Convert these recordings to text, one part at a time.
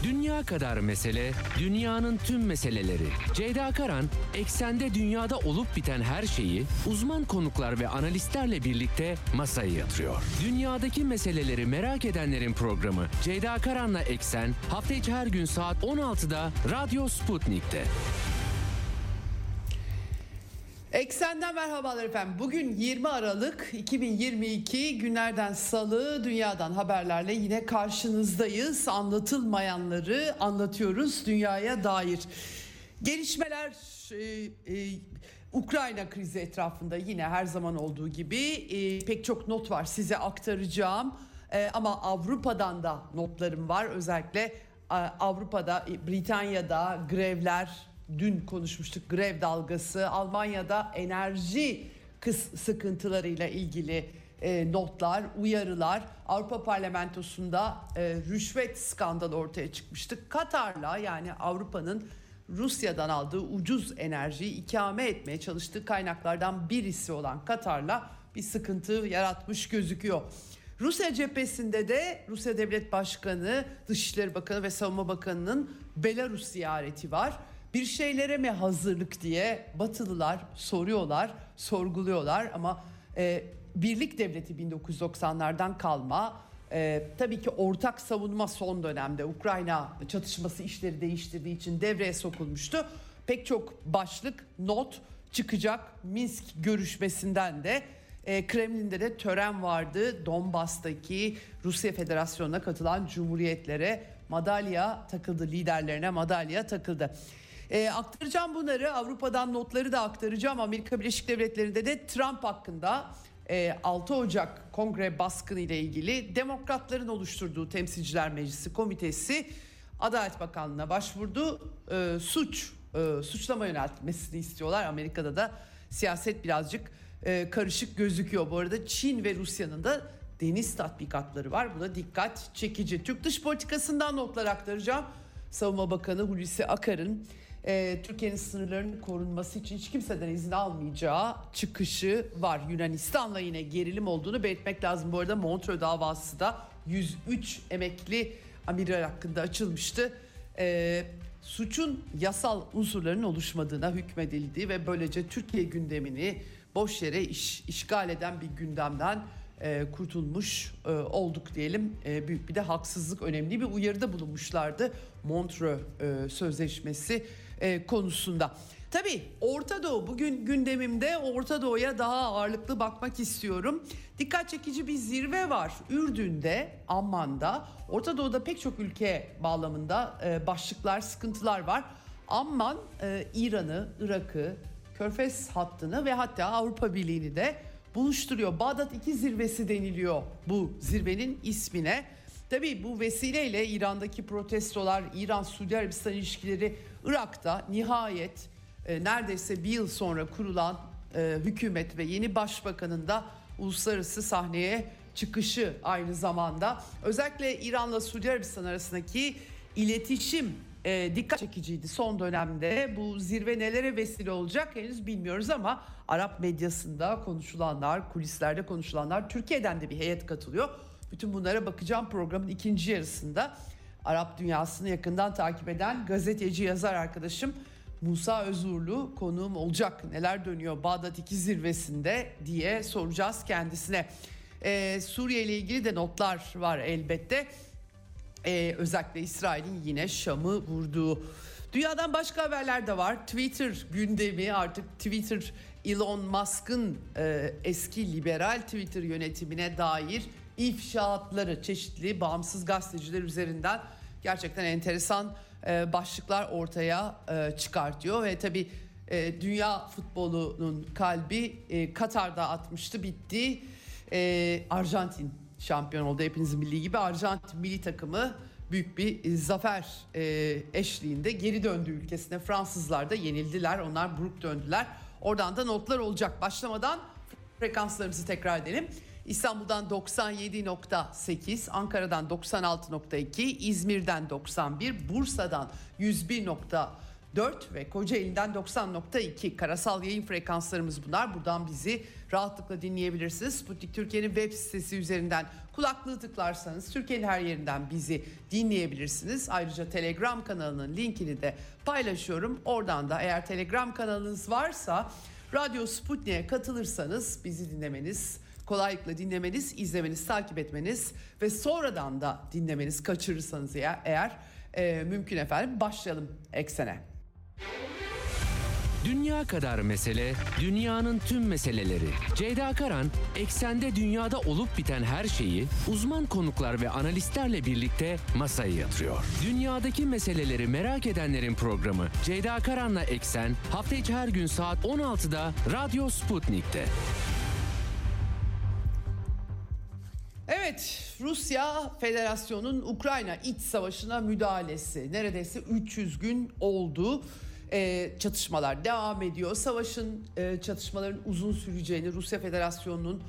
Dünya kadar mesele, dünyanın tüm meseleleri. Ceyda Karan, eksende dünyada olup biten her şeyi uzman konuklar ve analistlerle birlikte masaya yatırıyor. Dünyadaki meseleleri merak edenlerin programı Ceyda Karan'la Eksen, hafta içi her gün saat 16'da Radyo Sputnik'te. Eksen'den merhabalar efendim. Bugün 20 Aralık 2022 günlerden salı, dünyadan haberlerle yine karşınızdayız. Anlatılmayanları anlatıyoruz dünyaya dair. Gelişmeler Ukrayna krizi etrafında yine her zaman olduğu gibi pek çok not var size aktaracağım. Ama Avrupa'dan da notlarım var. Özellikle Avrupa'da, Britanya'da grevler, dün konuşmuştuk, grev dalgası, Almanya'da enerji sıkıntılarıyla ilgili notlar, uyarılar. Avrupa Parlamentosu'nda rüşvet skandalı ortaya çıkmıştı. Katar'la, yani Avrupa'nın Rusya'dan aldığı ucuz enerjiyi ikame etmeye çalıştığı kaynaklardan birisi olan Katar'la bir sıkıntı yaratmış gözüküyor. Rusya cephesinde de Rusya Devlet Başkanı, Dışişleri Bakanı ve Savunma Bakanı'nın Belarus ziyareti var. Bir şeylere mi hazırlık diye Batılılar soruyorlar, sorguluyorlar ama Birlik Devleti 1990'lardan kalma, tabii ki ortak savunma son dönemde Ukrayna çatışması işleri değiştirdiği için devreye sokulmuştu. Pek çok başlık, not çıkacak Minsk görüşmesinden de. Kremlin'de de tören vardı. Donbas'taki Rusya Federasyonu'na katılan cumhuriyetlere madalya takıldı, liderlerine madalya takıldı. Aktaracağım bunları, Avrupa'dan notları da aktaracağım. Amerika Birleşik Devletleri'nde de Trump hakkında 6 Ocak Kongre baskını ile ilgili Demokratların oluşturduğu Temsilciler Meclisi Komitesi Adalet Bakanlığı'na başvurdu. Suçlama yöneltmesini istiyorlar. Amerika'da da siyaset birazcık karışık gözüküyor. Bu arada Çin ve Rusya'nın da deniz tatbikatları var. Bu da dikkat çekici. Türk dış politikasından notlar aktaracağım. Savunma Bakanı Hulusi Akar'ın Türkiye'nin sınırlarının korunması için hiç kimseden izin almayacağı çıkışı var. Yunanistan'la yine gerilim olduğunu belirtmek lazım. Bu arada Montreux davası da 103 emekli amiral hakkında açılmıştı. Suçun yasal unsurlarının oluşmadığına hükmedildi ve böylece Türkiye gündemini boş yere işgal eden bir gündemden kurtulmuş olduk diyelim. Büyük bir de haksızlık, önemli bir uyarıda bulunmuşlardı Montreux Sözleşmesi konusunda. Tabii Orta Doğu, bugün gündemimde Orta Doğu'ya daha ağırlıklı bakmak istiyorum. Dikkat çekici bir zirve var Ürdün'de, Amman'da. Orta Doğu'da pek çok ülke bağlamında başlıklar, sıkıntılar var. Amman İran'ı, Irak'ı, Körfez hattını ve hatta Avrupa Birliği'ni de buluşturuyor. Bağdat 2 zirvesi deniliyor bu zirvenin ismine. Tabii bu vesileyle İran'daki protestolar, İran-Suudi Arabistan ilişkileri, Irak'ta nihayet neredeyse bir yıl sonra kurulan hükümet ve yeni başbakanın da uluslararası sahneye çıkışı aynı zamanda. Özellikle İran'la Suudi Arabistan arasındaki iletişim dikkat çekiciydi son dönemde. Bu zirve nelere vesile olacak henüz bilmiyoruz ama Arap medyasında konuşulanlar, kulislerde konuşulanlar, Türkiye'den de bir heyet katılıyor. Bütün bunlara bakacağım programın ikinci yarısında. Arap dünyasını yakından takip eden gazeteci, yazar arkadaşım Musa Özurlu konuğum olacak. Neler dönüyor Bağdat 2 zirvesinde diye soracağız kendisine. Suriye ile ilgili de notlar var elbette. Özellikle İsrail'in yine Şam'ı vurduğu. Dünyadan başka haberler de var. Twitter gündemi, artık Twitter Elon Musk'ın eski liberal Twitter yönetimine dair ifşaatları çeşitli bağımsız gazeteciler üzerinden gerçekten enteresan başlıklar ortaya çıkartıyor. Ve tabii dünya futbolunun kalbi Katar'da atmıştı, bitti. Arjantin şampiyon oldu, hepinizin bildiği gibi. Arjantin milli takımı büyük bir zafer eşliğinde geri döndü ülkesine. Fransızlar da yenildiler, onlar buruk döndüler. Oradan da notlar olacak. Başlamadan frekanslarımızı tekrar edelim. İstanbul'dan 97.8, Ankara'dan 96.2, İzmir'den 91, Bursa'dan 101.4 4 ve Kocaeli'den 90.2 karasal yayın frekanslarımız bunlar. Buradan bizi rahatlıkla dinleyebilirsiniz. Sputnik Türkiye'nin web sitesi üzerinden kulaklığı tıklarsanız Türkiye'nin her yerinden bizi dinleyebilirsiniz. Ayrıca Telegram kanalının linkini de paylaşıyorum. Oradan da eğer Telegram kanalınız varsa Radyo Sputnik'e katılırsanız bizi dinlemeniz, kolaylıkla dinlemeniz, izlemeniz, takip etmeniz ve sonradan da dinlemeniz, kaçırırsanız eğer mümkün efendim. Başlayalım Eksen'e. Dünya kadar mesele, dünyanın tüm meseleleri. Ceyda Karan, Eksen'de dünyada olup biten her şeyi uzman konuklar ve analistlerle birlikte masaya yatırıyor. Dünyadaki meseleleri merak edenlerin programı Ceyda Karan'la Eksen, hafta içi her gün saat 16'da Radyo Sputnik'te. Evet, Rusya Federasyonu'nun Ukrayna iç savaşına müdahalesi neredeyse 300 gün oldu. Çatışmalar devam ediyor. Savaşın, çatışmaların uzun süreceğini Rusya Federasyonu'nun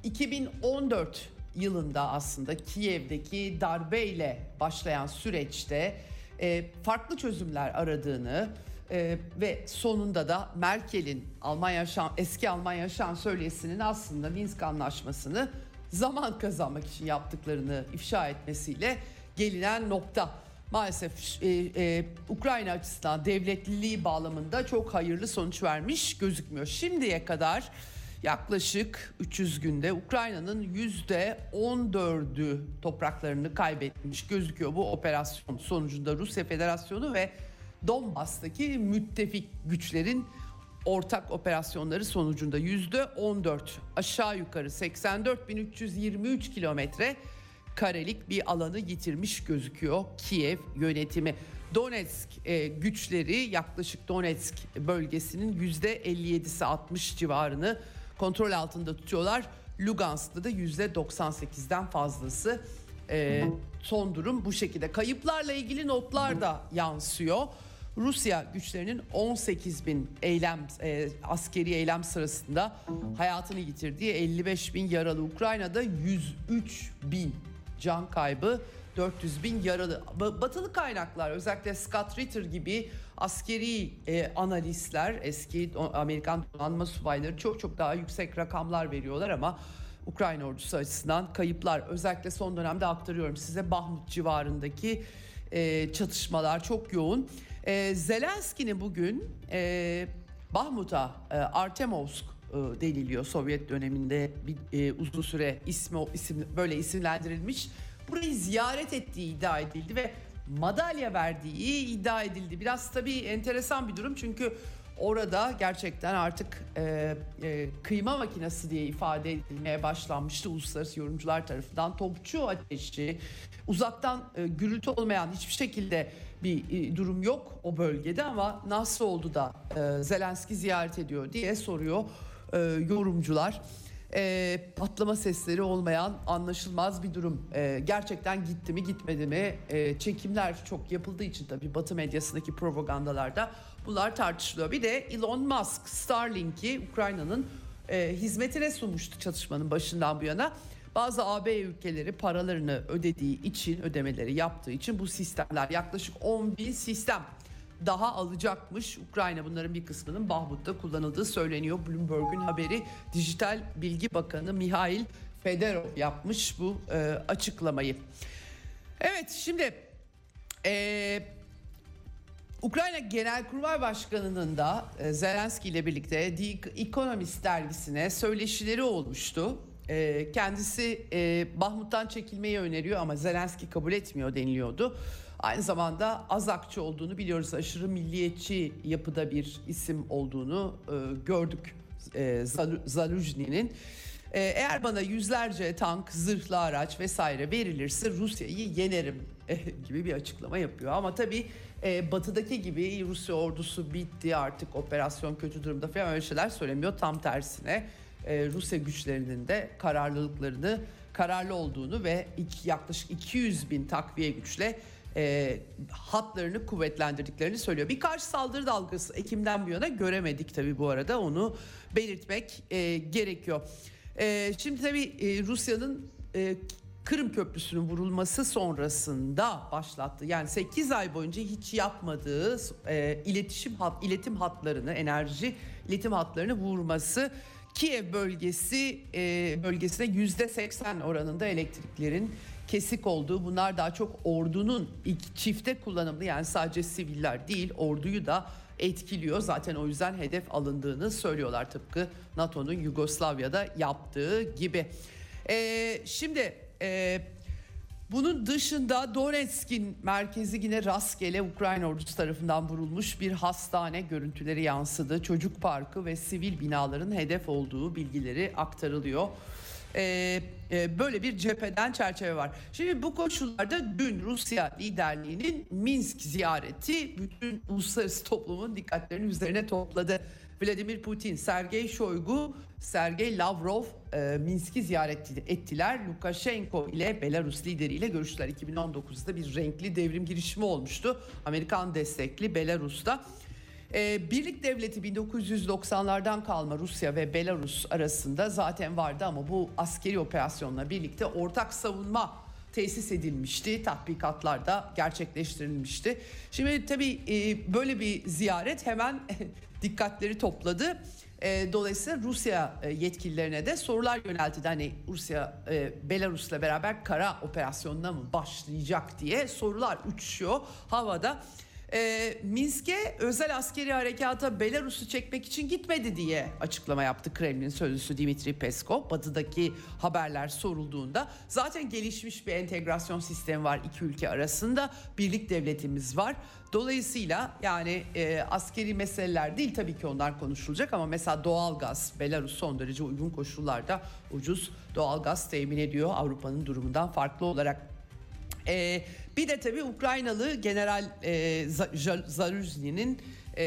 2014 yılında aslında Kiev'deki darbeyle başlayan süreçte farklı çözümler aradığını ve sonunda da Merkel'in eski Almanya şansölyesinin aslında Minsk Anlaşması'nı zaman kazanmak için yaptıklarını ifşa etmesiyle gelinen nokta. Maalesef Ukrayna açısından devletliliği bağlamında çok hayırlı sonuç vermiş gözükmüyor. Şimdiye kadar yaklaşık 300 günde Ukrayna'nın %14'ü topraklarını kaybetmiş gözüküyor. Bu operasyon sonucunda Rusya Federasyonu ve Donbas'taki müttefik güçlerin ortak operasyonları sonucunda %14 aşağı yukarı 84.323 kilometre karelik bir alanı yitirmiş gözüküyor Kiev yönetimi. Donetsk güçleri yaklaşık Donetsk bölgesinin %57'si 60 civarını kontrol altında tutuyorlar. Lugansk'ta da %98'den fazlası. Son durum bu şekilde. Kayıplarla ilgili notlar da yansıyor. Rusya güçlerinin 18 bin askeri eylem sırasında hayatını yitirdiği 55 bin yaralı, Ukrayna'da 103 bin can kaybı, 400 bin yaralı. Batılı kaynaklar, özellikle Scott Ritter gibi askeri analistler, eski Amerikan donanma subayları çok daha yüksek rakamlar veriyorlar ama Ukrayna ordusu açısından kayıplar, özellikle son dönemde aktarıyorum size, Bahmut civarındaki çatışmalar çok yoğun. Zelenski'nin bugün Bahmut'a Artemovsk deniliyor, Sovyet döneminde uzun süre böyle isimlendirilmiş. Burayı ziyaret ettiği iddia edildi ve madalya verdiği iddia edildi. Biraz tabii enteresan bir durum çünkü orada gerçekten artık kıyma makinesi diye ifade edilmeye başlanmıştı uluslararası yorumcular tarafından. Topçu ateşi, uzaktan gürültü olmayan hiçbir şekilde bir durum yok o bölgede ama nasıl oldu da Zelenski ziyaret ediyor diye soruyor yorumcular. Patlama sesleri olmayan anlaşılmaz bir durum. Gerçekten gitti mi gitmedi mi? Çekimler çok yapıldığı için tabii Batı medyasındaki propagandalarda bunlar tartışılıyor. Bir de Elon Musk Starlink'i Ukrayna'nın hizmetine sunmuştu çatışmanın başından bu yana. Bazı AB ülkeleri paralarını ödemeleri yaptığı için bu sistemler, yaklaşık 10 bin sistem daha alacakmış. Ukrayna bunların bir kısmının Bahmut'ta kullanıldığı söyleniyor. Bloomberg'un haberi, Dijital Bilgi Bakanı Mihail Fedorov yapmış bu açıklamayı. Evet, şimdi Ukrayna Genelkurmay Başkanı'nın da Zelenski ile birlikte The Economist dergisine söyleşileri olmuştu. Kendisi Bahmut'tan çekilmeyi öneriyor ama Zelenski kabul etmiyor deniliyordu. Aynı zamanda Azakçı olduğunu biliyoruz. Aşırı milliyetçi yapıda bir isim olduğunu gördük Zaluzhny'nin. Eğer bana yüzlerce tank, zırhlı araç vesaire verilirse Rusya'yı yenerim gibi bir açıklama yapıyor. Ama tabii batıdaki gibi Rusya ordusu bitti artık, operasyon kötü durumda falan öyle şeyler söylemiyor. Tam tersine Rusya güçlerinin de kararlı olduğunu ve yaklaşık 200 bin takviye güçle hatlarını kuvvetlendirdiklerini söylüyor. Bir karşı saldırı dalgası Ekim'den bu yana göremedik tabii, bu arada onu belirtmek gerekiyor. Şimdi tabii Rusya'nın Kırım Köprüsü'nün vurulması sonrasında başlattı. Yani 8 ay boyunca hiç yapmadığı iletim hatlarını, enerji iletim hatlarını vurması, Kiev bölgesine %80 oranında elektriklerin kesik olduğu, bunlar daha çok ordunun çifte kullanımlı, yani sadece siviller değil orduyu da etkiliyor. Zaten o yüzden hedef alındığını söylüyorlar, tıpkı NATO'nun Yugoslavya'da yaptığı gibi. Şimdi bunun dışında Donetsk'in merkezi yine rastgele Ukrayna ordusu tarafından vurulmuş bir hastane görüntüleri yansıdı. Çocuk parkı ve sivil binaların hedef olduğu bilgileri aktarılıyor. Böyle bir cepheden çerçeve var. Şimdi bu koşullarda dün Rusya liderliğinin Minsk ziyareti bütün uluslararası toplumun dikkatlerini üzerine topladı. Vladimir Putin, Sergey Shoigu, Sergey Lavrov Minsk'i ziyaret ettiler. Lukashenko ile Belarus lideriyle görüştüler. 2019'da bir renkli devrim girişimi olmuştu Amerikan destekli Belarus'ta. Birlik devleti 1990'lardan kalma Rusya ve Belarus arasında zaten vardı ama bu askeri operasyonla birlikte ortak savunma tesis edilmişti. Tatbikatlar da gerçekleştirilmişti. Şimdi tabii böyle bir ziyaret hemen dikkatleri topladı. Dolayısıyla Rusya yetkililerine de sorular yöneltildi. Hani Rusya Belarus'la beraber kara operasyonuna mı başlayacak diye sorular uçuşuyor havada. Minsk'e özel askeri harekata Belarus'u çekmek için gitmedi diye açıklama yaptı Kremlin sözcüsü Dmitri Peskov. Batı'daki haberler sorulduğunda zaten gelişmiş bir entegrasyon sistemi var iki ülke arasında, birlik devletimiz var. Dolayısıyla yani askeri meseleler değil tabii ki, onlar konuşulacak ama mesela doğalgaz, Belarus son derece uygun koşullarda ucuz doğalgaz temin ediyor Avrupa'nın durumundan farklı olarak. Bir de tabii Ukraynalı General Zaluzny'nin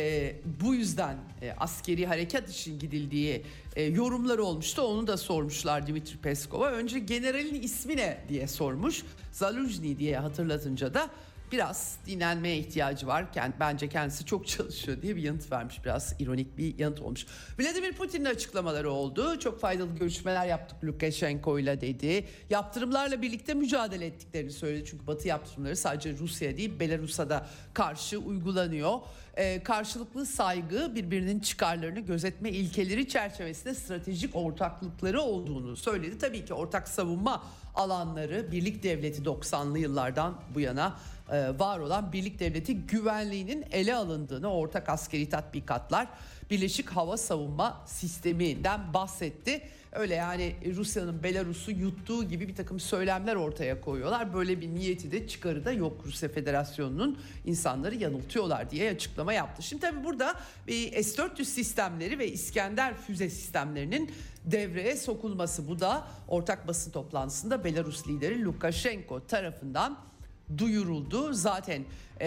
bu yüzden askeri harekat için gidildiği yorumları olmuştu. Onu da sormuşlar Dmitri Peskov'a. Önce generalin ismi ne diye sormuş. Zaluzny diye hatırlatınca da biraz dinlenmeye ihtiyacı var. Bence kendisi çok çalışıyor diye bir yanıt vermiş. Biraz ironik bir yanıt olmuş. Vladimir Putin'in açıklamaları oldu. Çok faydalı görüşmeler yaptık Lukashenko ile dedi. Yaptırımlarla birlikte mücadele ettiklerini söyledi. Çünkü Batı yaptırımları sadece Rusya değil Belarus'a da karşı uygulanıyor. Karşılıklı saygı, birbirinin çıkarlarını gözetme ilkeleri çerçevesinde stratejik ortaklıkları olduğunu söyledi. Tabii ki ortak savunma alanları, birlik devleti 90'lı yıllardan bu yana var olan birlik devleti güvenliğinin ele alındığını, ortak askeri tatbikatlar, Birleşik Hava Savunma Sistemi'nden bahsetti. Öyle yani Rusya'nın Belarus'u yuttuğu gibi bir takım söylemler ortaya koyuyorlar. Böyle bir niyeti de çıkarı da yok Rusya Federasyonu'nun, insanları yanıltıyorlar diye açıklama yaptı. Şimdi tabii burada S-400 sistemleri ve İskender füze sistemlerinin devreye sokulması, bu da ortak basın toplantısında Belarus lideri Lukashenko tarafından duyuruldu. Zaten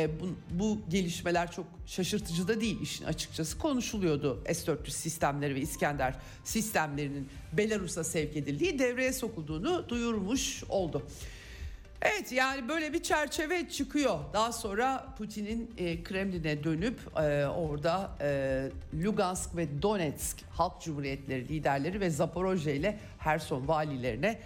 bu gelişmeler çok şaşırtıcı da değil, işin açıkçası konuşuluyordu. S-400 sistemleri ve İskender sistemlerinin Belarus'a sevk edildiği, devreye sokulduğunu duyurmuş oldu. Evet, yani böyle bir çerçeve çıkıyor. Daha sonra Putin'in Kremlin'e dönüp orada Lugansk ve Donetsk Halk Cumhuriyetleri liderleri ve Zaporojye ile Herson valilerine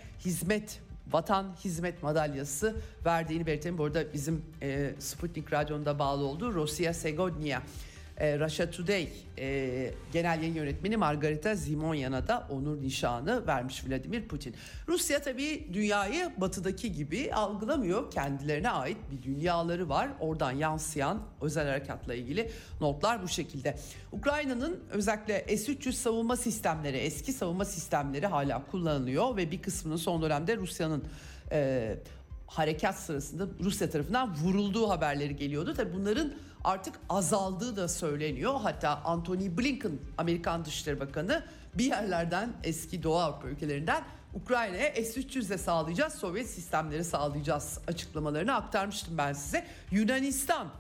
vatan hizmet madalyası verdiğini belirtelim. Bu arada bizim Sputnik Radyo'nda bağlı olduğu Rossiya Segodnya, Russia Today genel yayın yönetmeni Margarita Zimonyan'a da onur nişanı vermiş Vladimir Putin. Rusya tabii dünyayı batıdaki gibi algılamıyor. Kendilerine ait bir dünyaları var. Oradan yansıyan özel harekatla ilgili notlar bu şekilde. Ukrayna'nın özellikle S-300 savunma sistemleri, eski savunma sistemleri hala kullanılıyor ve bir kısmının son dönemde Rusya'nın harekat sırasında Rusya tarafından vurulduğu haberleri geliyordu. Tabii bunların artık azaldığı da söyleniyor. Hatta Antony Blinken, Amerikan Dışişleri Bakanı, bir yerlerden, eski Doğu Avrupa ülkelerinden Ukrayna'ya S-300'de sağlayacağız, Sovyet sistemleri sağlayacağız açıklamalarını aktarmıştım ben size. Yunanistan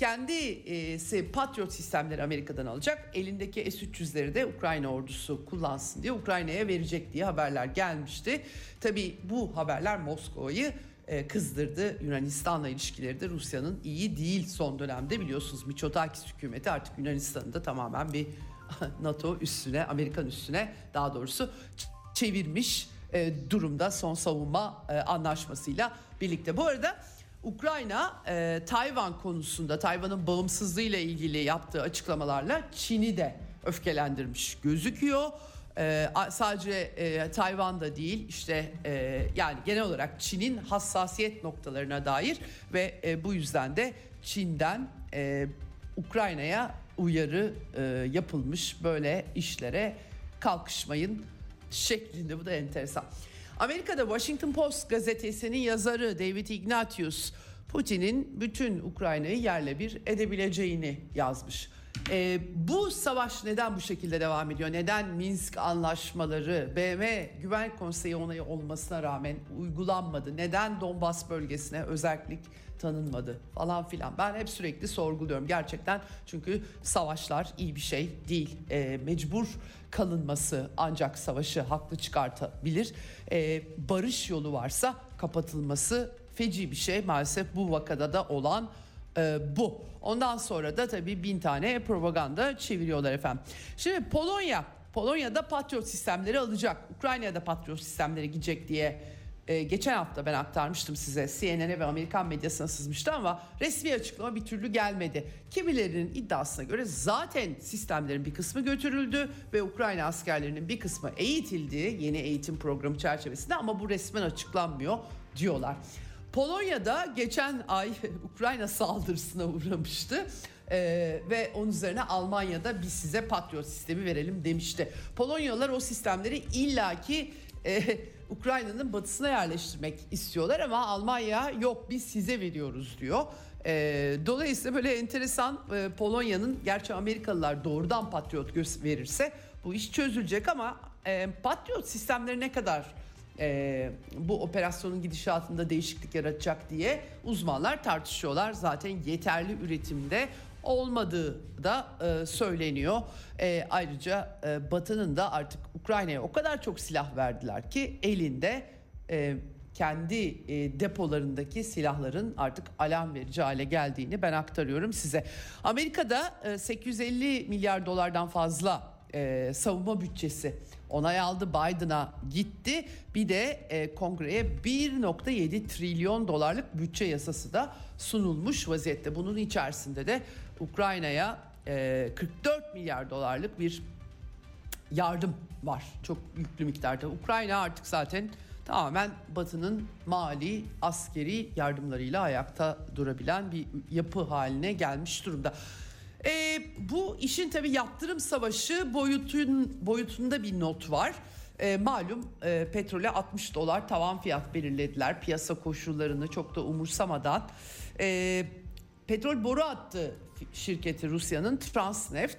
kendi Patriot sistemleri Amerika'dan alacak. Elindeki S-300'leri de Ukrayna ordusu kullansın diye Ukrayna'ya verecek diye haberler gelmişti. Tabii bu haberler Moskova'yı kızdırdı. Yunanistan'la ilişkileri de Rusya'nın iyi değil son dönemde, biliyorsunuz. Mitsotakis hükümeti artık Yunanistan'ı da tamamen bir NATO üstüne, Amerikan üstüne daha doğrusu çevirmiş. durumda son savunma anlaşmasıyla birlikte. Bu arada Ukrayna Tayvan konusunda, Tayvan'ın bağımsızlığıyla ilgili yaptığı açıklamalarla Çin'i de öfkelendirmiş gözüküyor. Sadece Tayvan'da değil, işte yani genel olarak Çin'in hassasiyet noktalarına dair ve bu yüzden de Çin'den Ukrayna'ya uyarı yapılmış, böyle işlere kalkışmayın şeklinde. Bu da enteresan. Amerika'da Washington Post gazetesinin yazarı David Ignatius, Putin'in bütün Ukrayna'yı yerle bir edebileceğini yazmış. Bu savaş neden bu şekilde devam ediyor? Neden Minsk anlaşmaları BM Güvenlik Konseyi onayı olmasına rağmen uygulanmadı? Neden Donbas bölgesine özellik tanınmadı falan filan? Ben hep sürekli sorguluyorum gerçekten, çünkü savaşlar iyi bir şey değil. Mecbur kalınması ancak savaşı haklı çıkartabilir. Barış yolu varsa kapatılması feci bir şey. Maalesef bu vakada da olan bu. Ondan sonra da tabii 1000 tane propaganda çeviriyorlar efendim. Şimdi Polonya'da Patriot sistemleri alacak. Ukrayna'da Patriot sistemleri gidecek diye geçen hafta ben aktarmıştım size. CNN'e ve Amerikan medyasına sızmıştı ama resmi açıklama bir türlü gelmedi. Kimilerinin iddiasına göre zaten sistemlerin bir kısmı götürüldü ve Ukrayna askerlerinin bir kısmı eğitildi yeni eğitim programı çerçevesinde, ama bu resmen açıklanmıyor diyorlar. Polonya'da geçen ay Ukrayna saldırısına uğramıştı ve onun üzerine Almanya'da biz size Patriot sistemi verelim demişti. Polonyalılar o sistemleri illaki Ukrayna'nın batısına yerleştirmek istiyorlar ama Almanya yok, biz size veriyoruz diyor. Dolayısıyla böyle enteresan, Polonya'nın, gerçi Amerikalılar doğrudan Patriot verirse bu iş çözülecek ama Patriot sistemleri ne kadar bu operasyonun gidişatında değişiklik yaratacak diye uzmanlar tartışıyorlar. Zaten yeterli üretimde olmadığı da söyleniyor. Ayrıca Batı'nın da artık Ukrayna'ya o kadar çok silah verdiler ki elinde kendi depolarındaki silahların artık alarm verici hale geldiğini ben aktarıyorum size. Amerika'da 850 milyar dolardan fazla savunma bütçesi onay aldı, Biden'a gitti. Bir de kongreye 1.7 trilyon dolarlık bütçe yasası da sunulmuş vaziyette. Bunun içerisinde de Ukrayna'ya 44 milyar dolarlık bir yardım var. Çok yüklü miktarda. Ukrayna artık zaten tamamen Batı'nın mali, askeri yardımlarıyla ayakta durabilen bir yapı haline gelmiş durumda. Bu işin tabii yaptırım savaşı boyutunda bir not var. Malum petrole 60 dolar tavan fiyat belirlediler. Piyasa koşullarını çok da umursamadan. Petrol boru hattı şirketi Rusya'nın Transneft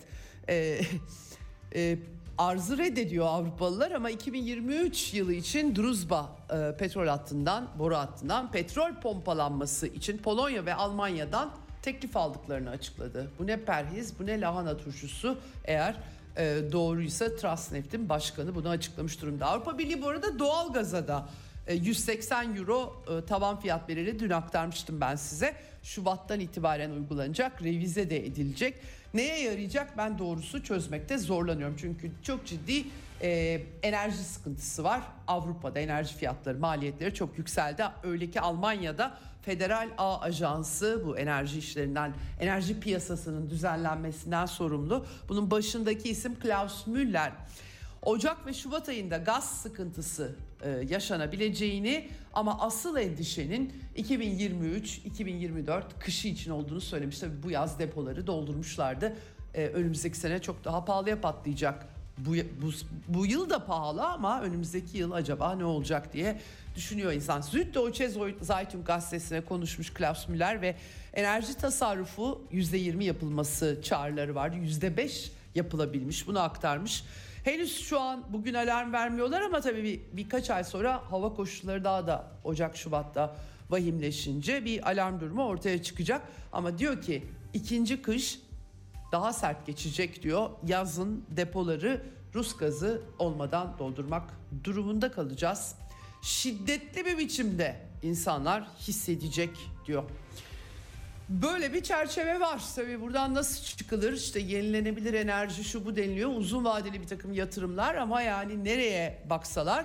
arzı reddediyor Avrupalılar ama 2023 yılı için Druzhba petrol hattından, boru hattından petrol pompalanması için Polonya ve Almanya'dan teklif aldıklarını açıkladı. Bu ne perhiz, bu ne lahana turşusu, eğer doğruysa Transneft'in başkanı bunu açıklamış durumda. Avrupa Birliği bu arada doğalgaza da 180 euro tavan fiyat belirli, dün aktarmıştım ben size. Şubat'tan itibaren uygulanacak, revize de edilecek. Neye yarayacak ben doğrusu çözmekte zorlanıyorum. Çünkü çok ciddi enerji sıkıntısı var. Avrupa'da enerji fiyatları, maliyetleri çok yükseldi. Öyle ki Almanya'da Federal Ağ Ajansı bu enerji işlerinden, enerji piyasasının düzenlenmesinden sorumlu. Bunun başındaki isim Klaus Müller. Ocak ve Şubat ayında gaz sıkıntısı yaşanabileceğini ama asıl endişenin 2023-2024 kışı için olduğunu söylemiş. Tabii bu yaz depoları doldurmuşlardı. Önümüzdeki sene çok daha pahalıya patlayacak. Bu yıl da pahalı ama önümüzdeki yıl acaba ne olacak diye düşünüyor insan. Süddeutsche Zeitung gazetesine konuşmuş Klaus Müller ve enerji tasarrufu %20 yapılması çağrıları vardı. %5 yapılabilmiş, bunu aktarmış. Henüz şu an bugün alarm vermiyorlar ama tabii birkaç ay sonra hava koşulları daha da Ocak-Şubat'ta vahimleşince bir alarm durumu ortaya çıkacak. Ama diyor ki ikinci kış daha sert geçecek diyor. Yazın depoları Rus gazı olmadan doldurmak durumunda kalacağız. Şiddetli bir biçimde insanlar hissedecek diyor. Böyle bir çerçeve var. Tabii buradan nasıl çıkılır? İşte yenilenebilir enerji şu bu deniliyor. Uzun vadeli bir takım yatırımlar ama yani nereye baksalar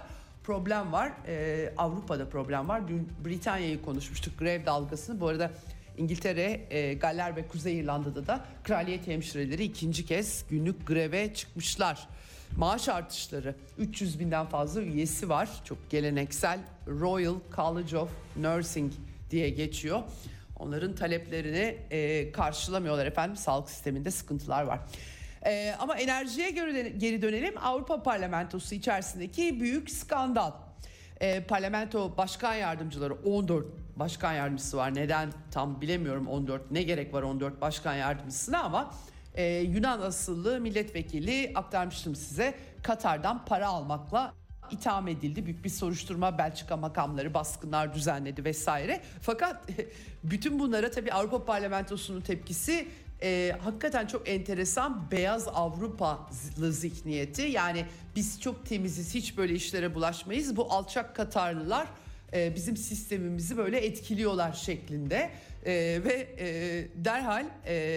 problem var. Avrupa'da problem var. Dün Britanya'yı konuşmuştuk, grev dalgasını. Bu arada İngiltere, Galler ve Kuzey İrlanda'da da kraliyet hemşireleri ikinci kez günlük greve çıkmışlar. Maaş artışları, 300 binden fazla üyesi var. Çok geleneksel Royal College of Nursing diye geçiyor. Onların taleplerini karşılamıyorlar efendim. Sağlık sisteminde sıkıntılar var. Ama enerjiye geri dönelim. Avrupa Parlamentosu içerisindeki büyük skandal. Parlamento başkan yardımcıları, 14 başkan yardımcısı var. Neden tam bilemiyorum 14. Ne gerek var 14 başkan yardımcısına ama Yunan asıllı milletvekili, aktarmıştım size, Katar'dan para almakla itham edildi. Büyük bir soruşturma, Belçika makamları baskınlar düzenledi vesaire. Fakat bütün bunlara tabii Avrupa Parlamentosu'nun tepkisi hakikaten çok enteresan, beyaz Avrupalı zihniyeti. Yani biz çok temiziz, hiç böyle işlere bulaşmayız. Bu alçak Katarlılar bizim sistemimizi böyle etkiliyorlar şeklinde. Ve derhal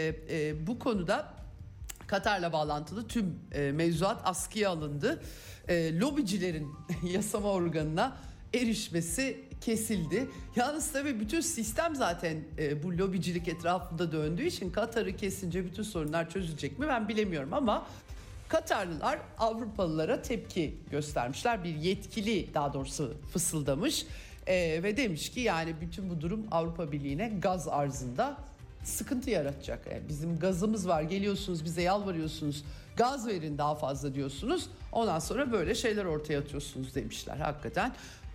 bu konuda Katar'la bağlantılı tüm mevzuat askıya alındı. Lobicilerin yasama organına erişmesi kesildi. Yalnız tabii bütün sistem zaten bu lobicilik etrafında döndüğü için Katar'ı kesince bütün sorunlar çözülecek mi ben bilemiyorum ama Katarlılar Avrupalılara tepki göstermişler. Bir yetkili daha doğrusu fısıldamış ve demiş ki yani bütün bu durum Avrupa Birliği'ne gaz arzında sıkıntı yaratacak. Bizim gazımız var, geliyorsunuz bize yalvarıyorsunuz, gaz verin daha fazla diyorsunuz. Ondan sonra böyle şeyler ortaya atıyorsunuz demişler. Hakikaten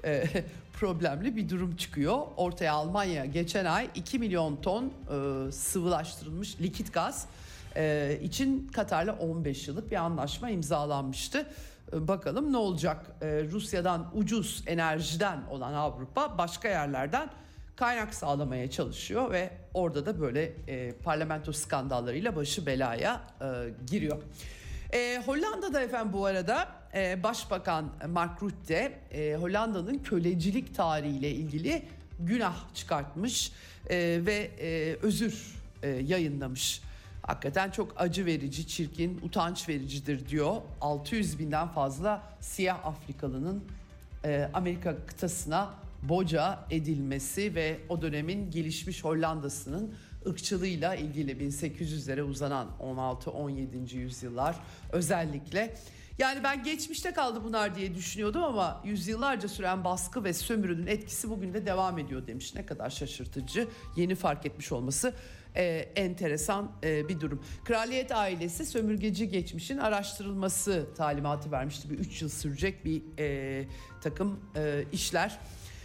problemli bir durum çıkıyor. Ortaya Almanya geçen ay 2 milyon ton sıvılaştırılmış likit gaz için Katar'la 15 yıllık bir anlaşma imzalanmıştı. Bakalım ne olacak? Rusya'dan ucuz enerjiden olan Avrupa başka yerlerden kaynak sağlamaya çalışıyor ve orada da böyle parlamento skandallarıyla başı belaya giriyor. Hollanda'da efendim bu arada Başbakan Mark Rutte Hollanda'nın kölecilik tarihiyle ilgili günah çıkartmış ve özür yayınlamış. Hakikaten çok acı verici, çirkin, utanç vericidir diyor. 600 binden fazla siyah Afrikalının Amerika kıtasına boca edilmesi ve o dönemin gelişmiş Hollanda'sının ırkçılığıyla ilgili 1800'lere uzanan 16-17. yüzyıllar özellikle. Yani ben geçmişte kaldı bunlar diye düşünüyordum ama yüzyıllarca süren baskı ve sömürünün etkisi bugün de devam ediyor demiş. Ne kadar şaşırtıcı, yeni fark etmiş olması enteresan bir durum. Kraliyet ailesi sömürgeci geçmişin araştırılması talimatı vermişti. Bir 3 yıl sürecek bir takım işler.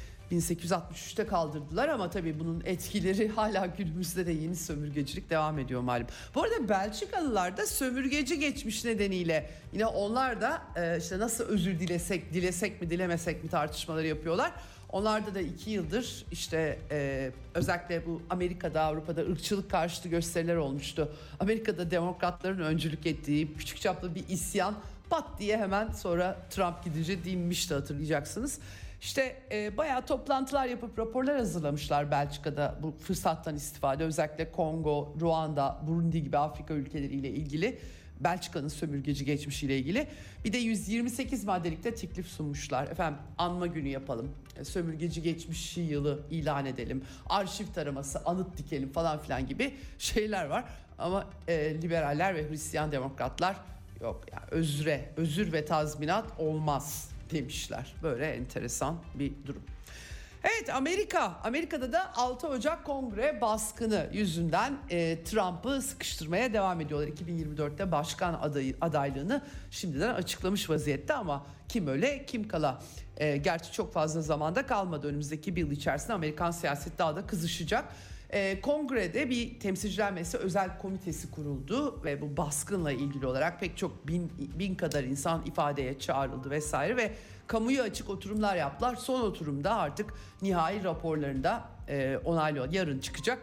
1863'te kaldırdılar ama tabii bunun etkileri hala günümüzde de yeni sömürgecilik devam ediyor malum. Bu arada Belçikalılar da sömürgeci geçmiş nedeniyle yine onlar da işte nasıl özür dilesek mi dilemesek mi tartışmaları yapıyorlar. Onlarda da 2 yıldır işte özellikle bu Amerika'da, Avrupa'da ırkçılık karşıtı gösteriler olmuştu. Amerika'da demokratların öncülük ettiği küçük çaplı bir isyan pat diye hemen sonra Trump gidince dinmişti, hatırlayacaksınız. İşte bayağı toplantılar yapıp raporlar hazırlamışlar Belçika'da bu fırsattan istifade. Özellikle Kongo, Ruanda, Burundi gibi Afrika ülkeleriyle ilgili, Belçika'nın sömürgeci geçmişiyle ilgili. Bir de 128 maddelikte teklif sunmuşlar. Efendim anma günü yapalım, sömürgeci geçmişi yılı ilan edelim, arşiv taraması, anıt dikelim falan filan gibi şeyler var. Ama liberaller ve Hristiyan demokratlar yok ya, özür ve tazminat olmaz demişler. Böyle enteresan bir durum. Evet, Amerika'da da 6 Ocak Kongre baskını yüzünden Trump'ı sıkıştırmaya devam ediyorlar. 2024'te başkan adaylığını şimdiden açıklamış vaziyette ama kim öle kim kala. Gerçi çok fazla zamanda kalmadı. Önümüzdeki bir yıl içerisinde Amerikan siyaseti daha da kızışacak. Kongrede bir temsilciler meclisi özel komitesi kuruldu ve bu baskınla ilgili olarak pek çok bin kadar insan ifadeye çağrıldı vesaire ve kamuya açık oturumlar yaptılar. Son oturumda artık nihai raporlarında onaylıyor. Yarın çıkacak.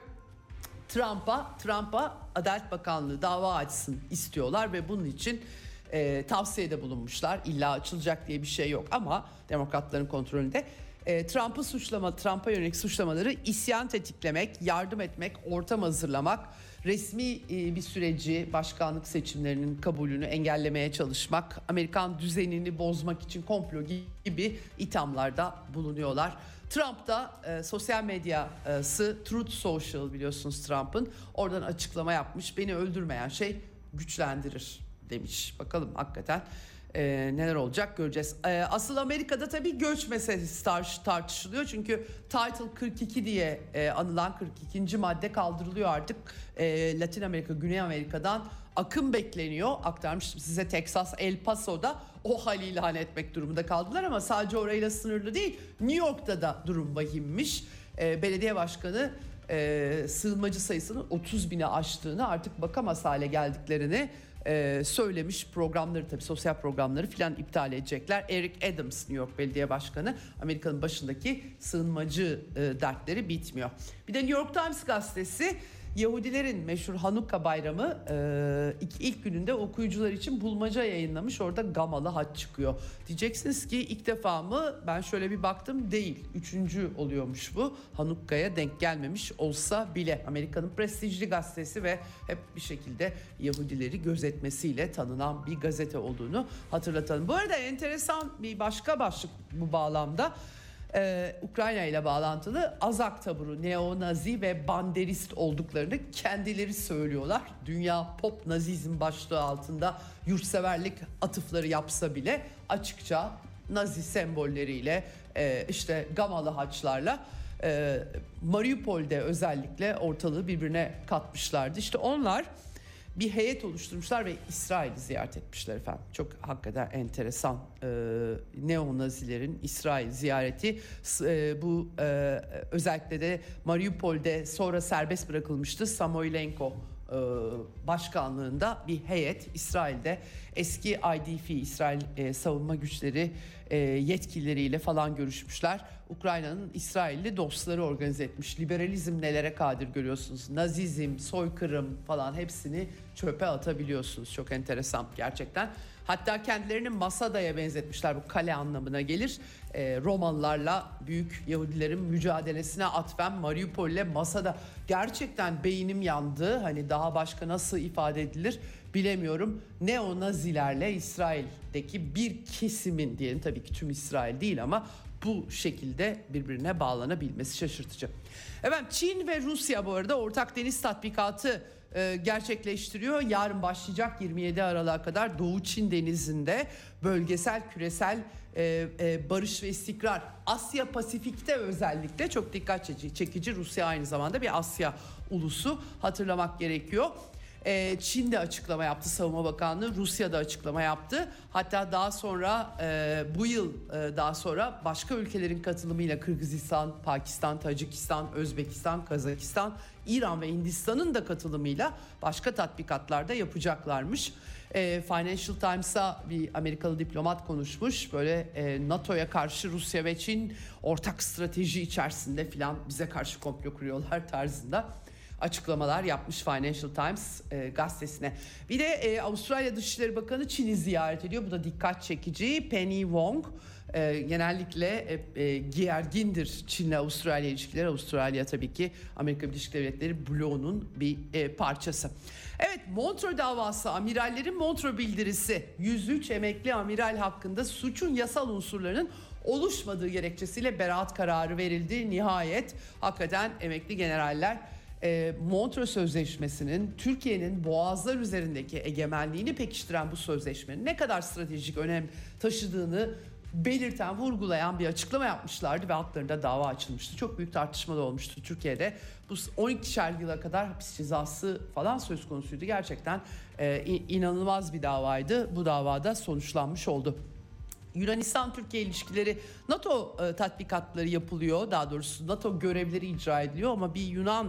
Trump'a Adalet Bakanlığı dava açsın istiyorlar ve bunun için tavsiyede bulunmuşlar. İlla açılacak diye bir şey yok ama demokratların kontrolünde. Trump'a yönelik suçlamaları isyan tetiklemek, yardım etmek, ortam hazırlamak, resmi bir süreci, başkanlık seçimlerinin kabulünü engellemeye çalışmak, Amerikan düzenini bozmak için komplo gibi ithamlarda bulunuyorlar. Trump da sosyal medyası Truth Social, biliyorsunuz Trump'ın, oradan açıklama yapmış. Beni öldürmeyen şey güçlendirir demiş. Bakalım hakikaten neler olacak göreceğiz. Asıl Amerika'da tabii göç meselesi tartışılıyor. Çünkü Title 42 diye anılan 42. madde kaldırılıyor artık. Latin Amerika, Güney Amerika'dan akım bekleniyor. Aktarmıştım size, Texas, El Paso'da o hal ilan etmek durumunda kaldılar ama sadece orayla sınırlı değil. New York'ta da durum vahimmiş. Belediye başkanı sığınmacı sayısının 30 bine aştığını, artık bakamaz hale geldiklerini söylemiş. Programları, tabii sosyal programları filan iptal edecekler. Eric Adams, New York Belediye Başkanı, Amerika'nın başındaki sığınmacı dertleri bitmiyor. Bir de New York Times gazetesi Yahudilerin meşhur Hanukka bayramı ilk gününde okuyucular için bulmaca yayınlamış. Orada gamalı haç çıkıyor. Diyeceksiniz ki ilk defa mı? Ben şöyle bir baktım, değil. 3. oluyormuş bu. Hanukka'ya denk gelmemiş olsa bile. Amerika'nın prestijli gazetesi ve hep bir şekilde Yahudileri gözetmesiyle tanınan bir gazete olduğunu hatırlatalım. Bu arada enteresan bir başka başlık bu bağlamda. Ukrayna ile bağlantılı. Azak taburu neonazi ve banderist olduklarını kendileri söylüyorlar. Dünya pop nazizm başlığı altında yurtseverlik atıfları yapsa bile açıkça nazi sembolleriyle, işte gamalı haçlarla Mariupol'de özellikle ortalığı birbirine katmışlardı. İşte onlar bir heyet oluşturmuşlar ve İsrail'i ziyaret etmişler efendim. Çok hakikaten enteresan, neonazilerin İsrail ziyareti. Bu özellikle de Mariupol'de sonra serbest bırakılmıştı. Samoilenko başkanlığında bir heyet İsrail'de eski IDF, İsrail savunma güçleri yetkilileriyle falan görüşmüşler. Ukrayna'nın İsrailli dostları organize etmiş. Liberalizm nelere kadir görüyorsunuz. Nazizm, soykırım falan hepsini çöpe atabiliyorsunuz. Çok enteresan gerçekten. Hatta kendilerini Masada'ya benzetmişler. Bu kale anlamına gelir. Romalılarla büyük Yahudilerin mücadelesine atfen Mariupol'le Masada. Gerçekten beynim yandı. Hani daha başka nasıl ifade edilir bilemiyorum. Neonazilerle İsrail'deki bir kesimin, diyelim, tabii ki tüm İsrail değil ama bu şekilde birbirine bağlanabilmesi şaşırtıcı. Evet, Çin ve Rusya bu arada ortak deniz tatbikatı gerçekleştiriyor. Yarın başlayacak 27 Aralık'a kadar Doğu Çin Denizi'nde bölgesel küresel barış ve istikrar. Asya Pasifik'te özellikle çok dikkat çekici. Rusya aynı zamanda bir Asya ulusu, hatırlamak gerekiyor. Çin de açıklama yaptı, Savunma Bakanlığı. Rusya da açıklama yaptı. Hatta daha sonra bu yıl daha sonra başka ülkelerin katılımıyla Kırgızistan, Pakistan, Tacikistan, Özbekistan, Kazakistan, İran ve Hindistan'ın da katılımıyla başka tatbikatlarda yapacaklarmış. Financial Times'a bir Amerikalı diplomat konuşmuş. Böyle NATO'ya karşı Rusya ve Çin ortak strateji içerisinde filan bize karşı komplo kuruyorlar tarzında açıklamalar yapmış Financial Times gazetesine. Bir de Avustralya Dışişleri Bakanı Çin'i ziyaret ediyor. Bu da dikkat çekici. Penny Wong genellikle gergindir Çin'le Avustralya ilişkileri. Avustralya tabii ki Amerika Birleşik Devletleri bloğunun bir parçası. Evet, Montreux davası, amirallerin Montreux bildirisi, 103 emekli amiral hakkında suçun yasal unsurlarının oluşmadığı gerekçesiyle beraat kararı verildi. Nihayet hakikaten emekli generaller Montreux Sözleşmesi'nin Türkiye'nin boğazlar üzerindeki egemenliğini pekiştiren bu sözleşmenin ne kadar stratejik önem taşıdığını belirten, vurgulayan bir açıklama yapmışlardı ve haklarında dava açılmıştı. Çok büyük tartışmalar olmuştu Türkiye'de. Bu 12'şer yıla kadar hapis cezası falan söz konusuydu. Gerçekten inanılmaz bir davaydı. Bu davada sonuçlanmış oldu. Yunanistan-Türkiye ilişkileri, NATO tatbikatları yapılıyor. Daha doğrusu NATO görevleri icra ediliyor ama bir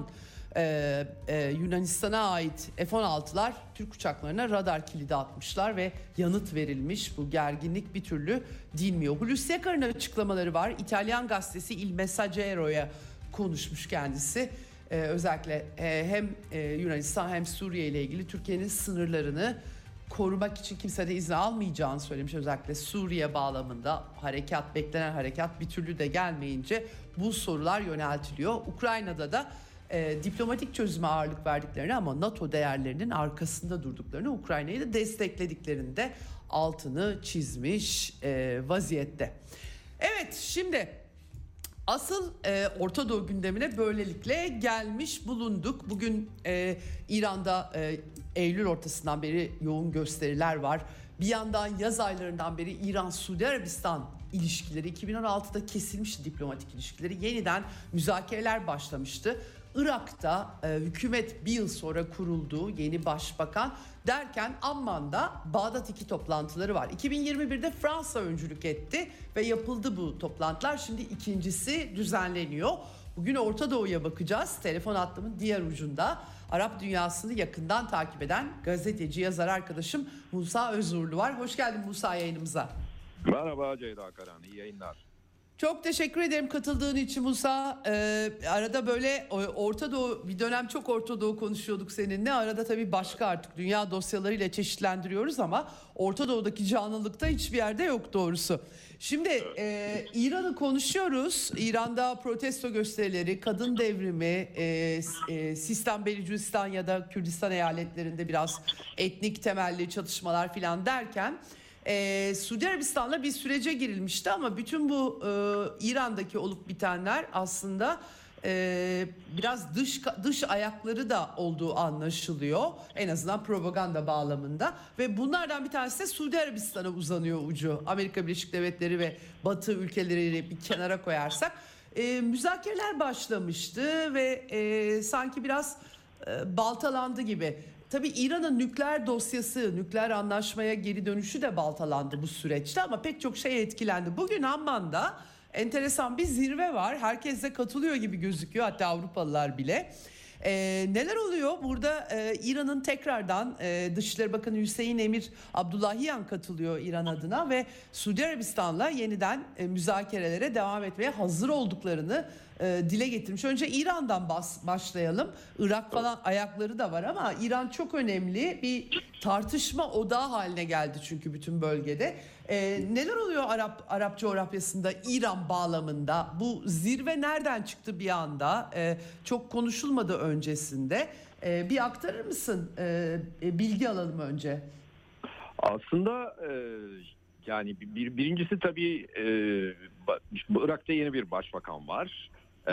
Yunanistan'a ait F-16'lar Türk uçaklarına radar kilidi atmışlar ve yanıt verilmiş. Bu gerginlik bir türlü dinmiyor. Hulusi Akar'ın açıklamaları var. İtalyan gazetesi Il Messaggero'ya konuşmuş kendisi. Özellikle hem Yunanistan hem Suriye ile ilgili Türkiye'nin sınırlarını korumak için kimse de izin almayacağını söylemiş. Özellikle Suriye bağlamında beklenen harekat bir türlü de gelmeyince bu sorular yöneltiliyor. Ukrayna'da da diplomatik çözüme ağırlık verdiklerini ama NATO değerlerinin arkasında durduklarını, Ukrayna'yı da desteklediklerini de altını çizmiş vaziyette. Evet, şimdi asıl Orta Doğu gündemine böylelikle gelmiş bulunduk. Bugün İran'da Eylül ortasından beri yoğun gösteriler var. Bir yandan yaz aylarından beri İran-Suudi Arabistan ilişkileri, 2016'da kesilmişti diplomatik ilişkileri. Yeniden müzakereler başlamıştı. Irak'ta hükümet bir yıl sonra kuruldu, yeni başbakan derken Amman'da Bağdat 2 toplantıları var. 2021'de Fransa öncülük etti ve yapıldı bu toplantılar. Şimdi ikincisi düzenleniyor. Bugün Orta Doğu'ya bakacağız. Telefon hattımın diğer ucunda Arap dünyasını yakından takip eden gazeteci, yazar arkadaşım Musa Özurlu var. Hoş geldin Musa yayınımıza. Merhaba Ceyda Karan, iyi yayınlar. Çok teşekkür ederim katıldığın için Musa. Arada böyle Orta Doğu, bir dönem çok Orta Doğu konuşuyorduk seninle. Arada tabii başka artık dünya dosyalarıyla çeşitlendiriyoruz ama Orta Doğu'daki canlılıkta hiçbir yerde yok doğrusu. Şimdi İran'ı konuşuyoruz. İran'da protesto gösterileri, kadın devrimi, Sistan, Belucistan ya da Kürdistan eyaletlerinde biraz etnik temelli çatışmalar falan derken Suudi Arabistan'la bir sürece girilmişti ama bütün bu İran'daki olup bitenler aslında biraz dış ayakları da olduğu anlaşılıyor. En azından propaganda bağlamında ve bunlardan bir tanesi de Suudi Arabistan'a uzanıyor ucu. Amerika Birleşik Devletleri ve Batı ülkeleriyle bir kenara koyarsak müzakereler başlamıştı ve sanki biraz baltalandı gibi. Tabii İran'ın nükleer dosyası, nükleer anlaşmaya geri dönüşü de baltalandı bu süreçte ama pek çok şey etkilendi. Bugün Amman'da enteresan bir zirve var. Herkes de katılıyor gibi gözüküyor, hatta Avrupalılar bile. Neler oluyor? Burada İran'ın tekrardan Dışişleri Bakanı Hüseyin Emir Abdullahiyan katılıyor İran adına ve Suudi Arabistan'la yeniden müzakerelere devam etmeye hazır olduklarını dile getirmiş. Önce İran'dan başlayalım. Irak falan ayakları da var ama İran çok önemli bir tartışma odağı haline geldi çünkü bütün bölgede. Neler oluyor Arap coğrafyasında İran bağlamında? Bu zirve nereden çıktı bir anda? Çok konuşulmadı öncesinde. Bir aktarır mısın? Bilgi alalım önce. Aslında yani birincisi tabii Irak'ta yeni bir başbakan var.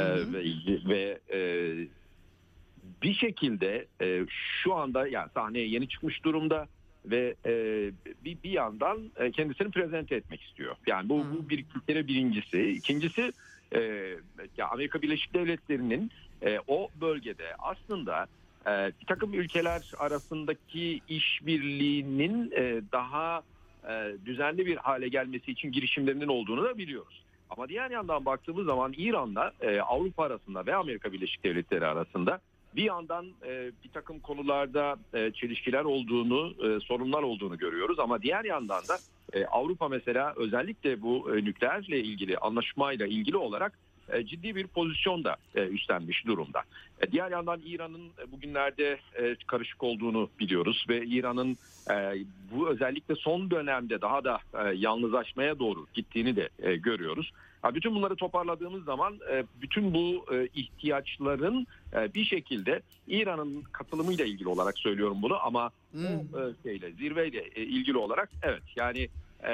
Ve bir şekilde şu anda yani sahneye yeni çıkmış durumda ve bir yandan kendisini prezente etmek istiyor. Yani bu bir kere birincisi. İkincisi ya Amerika Birleşik Devletleri'nin o bölgede aslında bir takım ülkeler arasındaki işbirliğinin daha düzenli bir hale gelmesi için girişimlerinin olduğunu da biliyoruz. Ama diğer yandan baktığımız zaman İran'la Avrupa arasında ve Amerika Birleşik Devletleri arasında bir yandan bir takım konularda çelişkiler olduğunu, sorunlar olduğunu görüyoruz. Ama diğer yandan da Avrupa mesela özellikle bu nükleerle ilgili anlaşmayla ilgili olarak ciddi bir pozisyonda üstlenmiş durumda. Diğer yandan İran'ın bugünlerde karışık olduğunu biliyoruz ve İran'ın bu özellikle son dönemde daha da yalnızlaşmaya doğru gittiğini de görüyoruz. Bütün bunları toparladığımız zaman bütün bu ihtiyaçların bir şekilde İran'ın katılımıyla ilgili olarak söylüyorum bunu ama zirveyle ilgili olarak evet yani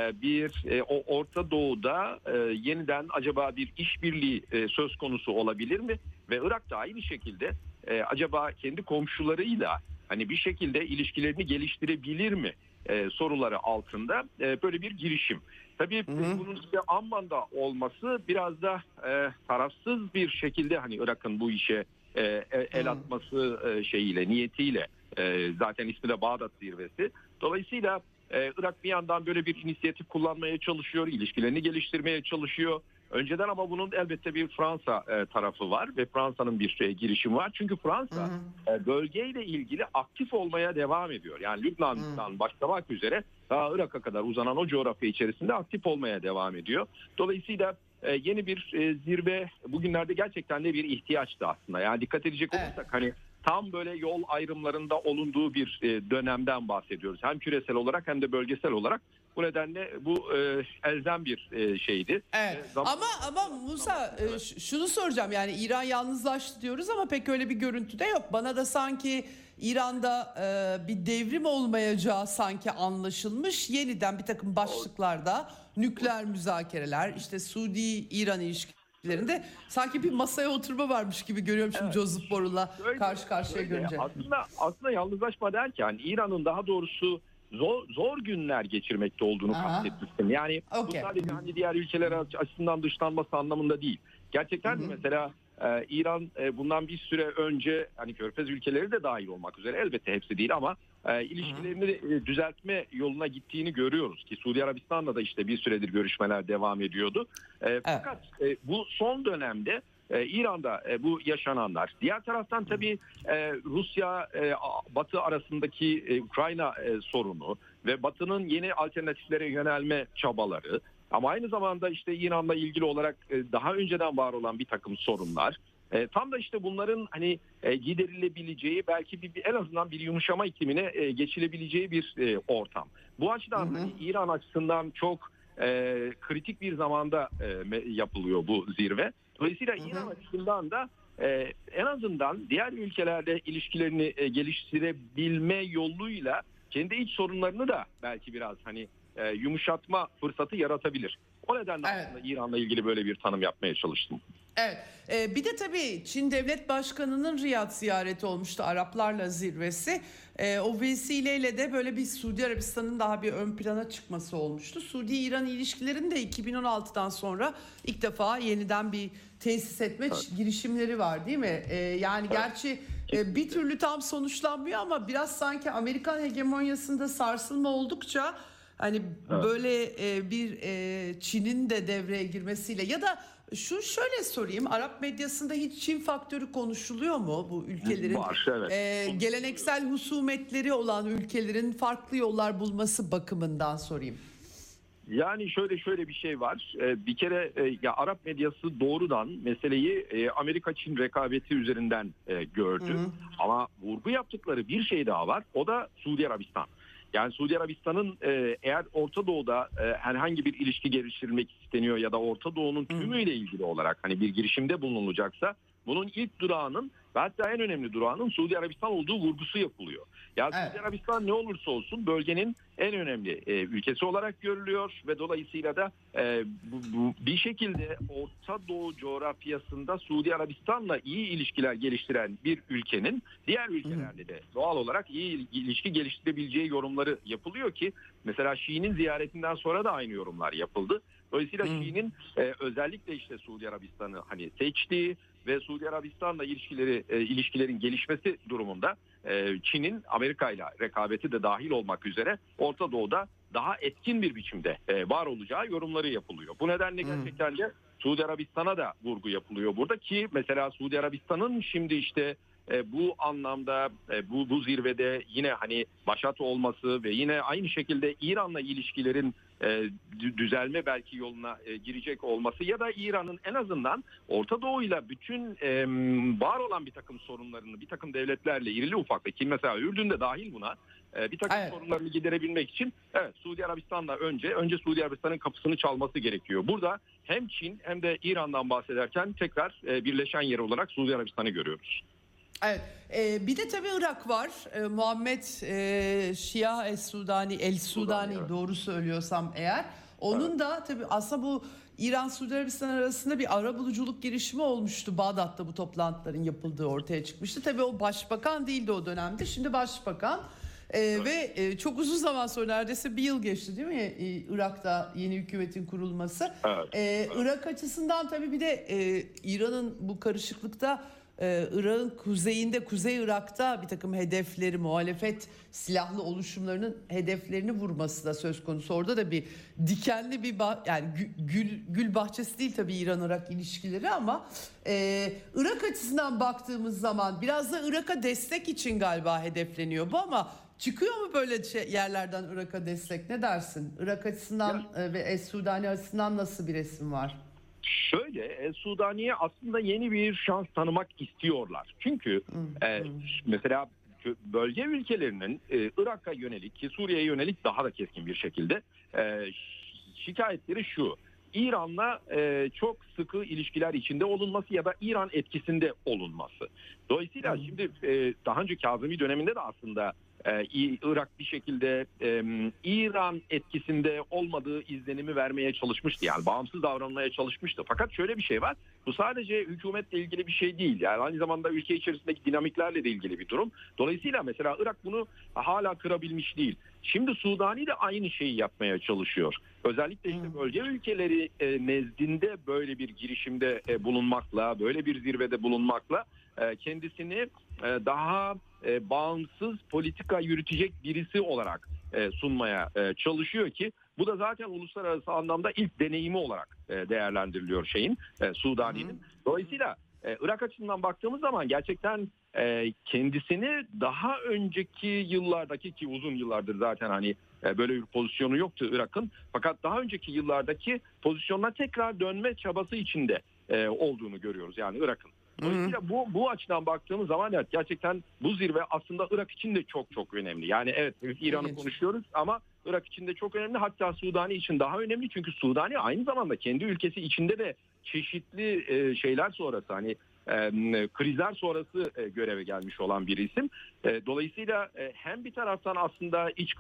o Orta Doğu'da yeniden acaba bir işbirliği söz konusu olabilir mi? Ve Irak da aynı şekilde acaba kendi komşularıyla hani bir şekilde ilişkilerini geliştirebilir mi soruları altında böyle bir girişim. Tabii bunun işte Amman'da olması biraz da tarafsız bir şekilde hani Irak'ın bu işe el atması niyetiyle zaten ismi de Bağdat Zirvesi. Dolayısıyla Irak bir yandan böyle bir inisiyatif kullanmaya çalışıyor, ilişkilerini geliştirmeye çalışıyor. Önceden ama bunun elbette bir Fransa tarafı var ve Fransa'nın bir girişimi var. Çünkü Fransa bölgeyle ilgili aktif olmaya devam ediyor. Yani Lübnan'dan başlamak üzere daha Irak'a kadar uzanan o coğrafya içerisinde aktif olmaya devam ediyor. Dolayısıyla yeni bir zirve bugünlerde gerçekten de bir ihtiyaçtı aslında. Yani dikkat edecek olursak hani tam böyle yol ayrımlarında olunduğu bir dönemden bahsediyoruz. Hem küresel olarak hem de bölgesel olarak. Bu nedenle bu elzem bir şeydi. Evet. Ama Musa, şunu soracağım, yani İran yalnızlaştı diyoruz ama pek öyle bir görüntü de yok. Bana da sanki İran'da bir devrim olmayacağı sanki anlaşılmış. Yeniden bir takım başlıklarda nükleer müzakereler, işte Suudi-İran ilişkilerinde sanki bir masaya oturma varmış gibi görüyorum şimdi, evet. Joseph Borrell'la karşı karşıya görünce. Aslında yalnızlaşma derken İran'ın daha doğrusu zor günler geçirmekte olduğunu kastetmiştim. Yani bu sadece hani diğer ülkeler açısından dışlanması anlamında değil. Gerçekten mesela İran bundan bir süre önce, hani Körfez ülkeleri de dahil olmak üzere, elbette hepsi değil ama ilişkilerini düzeltme yoluna gittiğini görüyoruz ki Suudi Arabistan'la da işte bir süredir görüşmeler devam ediyordu. Fakat bu son dönemde İran'da bu yaşananlar, diğer taraftan tabii Rusya Batı arasındaki Ukrayna sorunu ve Batı'nın yeni alternatiflere yönelme çabaları, ama aynı zamanda işte İran'la ilgili olarak daha önceden var olan bir takım sorunlar, tam da işte bunların hani giderilebileceği, belki en azından bir yumuşama iklimine geçilebileceği bir ortam. Bu açıdan hani İran açısından çok kritik bir zamanda yapılıyor bu zirve. Dolayısıyla İran açısından da en azından diğer ülkelerle ilişkilerini geliştirebilme yoluyla kendi iç sorunlarını da belki biraz hani yumuşatma fırsatı yaratabilir. O nedenle aslında İran'la ilgili böyle bir tanım yapmaya çalıştım. Evet. Bir de tabii Çin Devlet Başkanı'nın Riyad ziyareti olmuştu, Araplarla zirvesi. O vesileyle de böyle bir Suudi Arabistan'ın daha bir ön plana çıkması olmuştu. Suudi-İran ilişkilerinin de 2016'dan sonra ilk defa yeniden bir tesis etme girişimleri var, değil mi? Yani gerçi bir türlü tam sonuçlanmıyor ama biraz sanki Amerikan hegemonyasında sarsılma oldukça hani böyle bir Çin'in de devreye girmesiyle, ya da şöyle sorayım, Arap medyasında hiç Çin faktörü konuşuluyor mu bu ülkelerin? Var, evet. Geleneksel husumetleri olan ülkelerin farklı yollar bulması bakımından sorayım. Yani şöyle bir şey var. Bir kere ya Arap medyası doğrudan meseleyi Amerika-Çin rekabeti üzerinden gördü. Ama vurgu yaptıkları bir şey daha var. O da Suudi Arabistan. Yani Suudi Arabistan'ın eğer Orta Doğu'da herhangi bir ilişki geliştirilmek isteniyor ya da Orta Doğu'nun tümüyle ilgili olarak hani bir girişimde bulunulacaksa, bunun ilk durağının ve hatta en önemli durağının Suudi Arabistan olduğu vurgusu yapılıyor. Ya Suudi Arabistan ne olursa olsun bölgenin en önemli ülkesi olarak görülüyor ve dolayısıyla da bir şekilde Orta Doğu coğrafyasında Suudi Arabistan'la iyi ilişkiler geliştiren bir ülkenin diğer ülkelerle de doğal olarak iyi ilişki geliştirebileceği yorumları yapılıyor ki mesela Xi'nin ziyaretinden sonra da aynı yorumlar yapıldı. Dolayısıyla Xi'nin özellikle işte Suudi Arabistan'ı hani seçtiği ve Suudi Arabistan'la ilişkilerin gelişmesi durumunda Çin'in Amerika ile rekabeti de dahil olmak üzere Orta Doğu'da daha etkin bir biçimde var olacağı yorumları yapılıyor. Bu nedenle gerçekten de Suudi Arabistan'a da vurgu yapılıyor burada ki mesela Suudi Arabistan'ın şimdi işte bu anlamda bu zirvede yine hani başat olması ve yine aynı şekilde İran'la ilişkilerin düzelme belki yoluna girecek olması ya da İran'ın en azından Orta Doğu'yla bütün var olan bir takım sorunlarını bir takım devletlerle irili ufaklı, ki mesela Ürdün de dahil buna, bir takım sorunlarını giderebilmek için Suudi Arabistan'la önce Suudi Arabistan'ın kapısını çalması gerekiyor. Burada hem Çin hem de İran'dan bahsederken tekrar birleşen yer olarak Suudi Arabistan'ı görüyoruz. Evet. Bir de tabii Irak var. Muhammed Şia El-Sudani doğru söylüyorsam eğer. Onun da tabii aslında bu İran-Suudi Arabistan arasında bir arabuluculuk girişimi olmuştu. Bağdat'ta bu toplantıların yapıldığı ortaya çıkmıştı. Tabii o başbakan değildi o dönemde. Şimdi başbakan. Ve çok uzun zaman sonra, neredeyse bir yıl geçti değil mi Irak'ta yeni hükümetin kurulması. Irak açısından tabii bir de İran'ın bu karışıklıkta Irak'ın kuzeyinde, Kuzey Irak'ta bir takım hedefleri, muhalefet silahlı oluşumlarının hedeflerini vurması da söz konusu. Orada da bir dikenli bir yani gül bahçesi değil tabii İran-Irak ilişkileri ama Irak açısından baktığımız zaman biraz da Irak'a destek için galiba hedefleniyor bu, ama çıkıyor mu böyle yerlerden Irak'a destek, ne dersin? Irak açısından ve Es-Sudani açısından nasıl bir resim var? Şöyle Sudani'ye aslında yeni bir şans tanımak istiyorlar. Çünkü mesela bölge ülkelerinin Irak'a yönelik ki Suriye'ye yönelik daha da keskin bir şekilde şikayetleri şu: İran'la çok sıkı ilişkiler içinde olunması ya da İran etkisinde olunması. Dolayısıyla şimdi daha önce Kazımi döneminde de aslında Irak bir şekilde İran etkisinde olmadığı izlenimi vermeye çalışmıştı. Yani bağımsız davranmaya çalışmıştı. Fakat şöyle bir şey var. Bu sadece hükümetle ilgili bir şey değil. Yani aynı zamanda ülke içerisindeki dinamiklerle de ilgili bir durum. Dolayısıyla mesela Irak bunu hala kırabilmiş değil. Şimdi Sudani de aynı şeyi yapmaya çalışıyor. Özellikle işte bölge ülkeleri nezdinde böyle bir girişimde bulunmakla, böyle bir zirvede bulunmakla kendisini daha bağımsız politika yürütecek birisi olarak sunmaya çalışıyor ki bu da zaten uluslararası anlamda ilk deneyimi olarak değerlendiriliyor Sudani'nin. Dolayısıyla Irak açısından baktığımız zaman gerçekten kendisini daha önceki yıllardaki, ki uzun yıllardır zaten hani böyle bir pozisyonu yoktu Irak'ın, fakat daha önceki yıllardaki pozisyonuna tekrar dönme çabası içinde olduğunu görüyoruz yani Irak'ın. Dolayısıyla bu açıdan baktığımız zaman evet, gerçekten bu zirve aslında Irak için de çok çok önemli. Yani evet, İran'ı konuşuyoruz ama Irak için de çok önemli. Hatta Sudani için daha önemli. Çünkü Sudani aynı zamanda kendi ülkesi içinde de çeşitli şeyler sonrası, hani krizler sonrası göreve gelmiş olan bir isim. Dolayısıyla hem bir taraftan aslında iç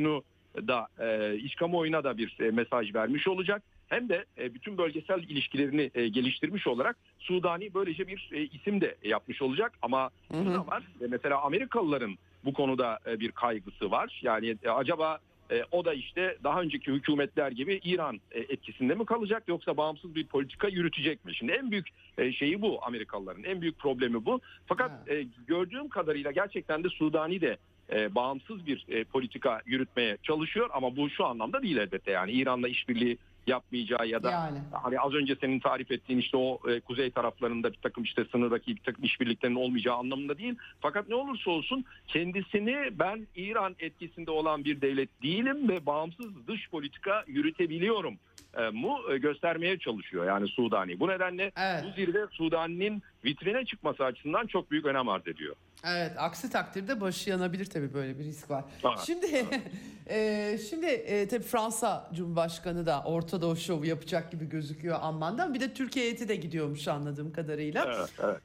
kamuoyuna da bir mesaj vermiş olacak. Hem de bütün bölgesel ilişkilerini geliştirmiş olarak Sudani böylece bir isim de yapmış olacak. Ama şu da var. Mesela Amerikalıların bu konuda bir kaygısı var. Yani acaba o da işte daha önceki hükümetler gibi İran etkisinde mi kalacak, yoksa bağımsız bir politika yürütecek mi? Şimdi en büyük şeyi bu, Amerikalıların en büyük problemi bu. Fakat gördüğüm kadarıyla gerçekten de Sudani de bağımsız bir politika yürütmeye çalışıyor ama bu şu anlamda değil elbette. Yani İran'la işbirliği yapmayacağı ya da hani az önce senin tarif ettiğin işte o kuzey taraflarında bir takım işte sınırdaki bir takım işbirliklerinin olmayacağı anlamında değil. Fakat ne olursa olsun kendisini ben İran etkisinde olan bir devlet değilim ve bağımsız dış politika yürütebiliyorum göstermeye çalışıyor yani Sudani. Bu nedenle bu zirve Sudani'nin vitrine çıkması açısından çok büyük önem arz ediyor. Evet, aksi takdirde başı yanabilir, tabii böyle bir risk var. Evet. Şimdi tabii Fransa Cumhurbaşkanı da Orta Doğu şovu yapacak gibi gözüküyor Amman'dan. Bir de Türkiye heyeti de gidiyormuş anladığım kadarıyla.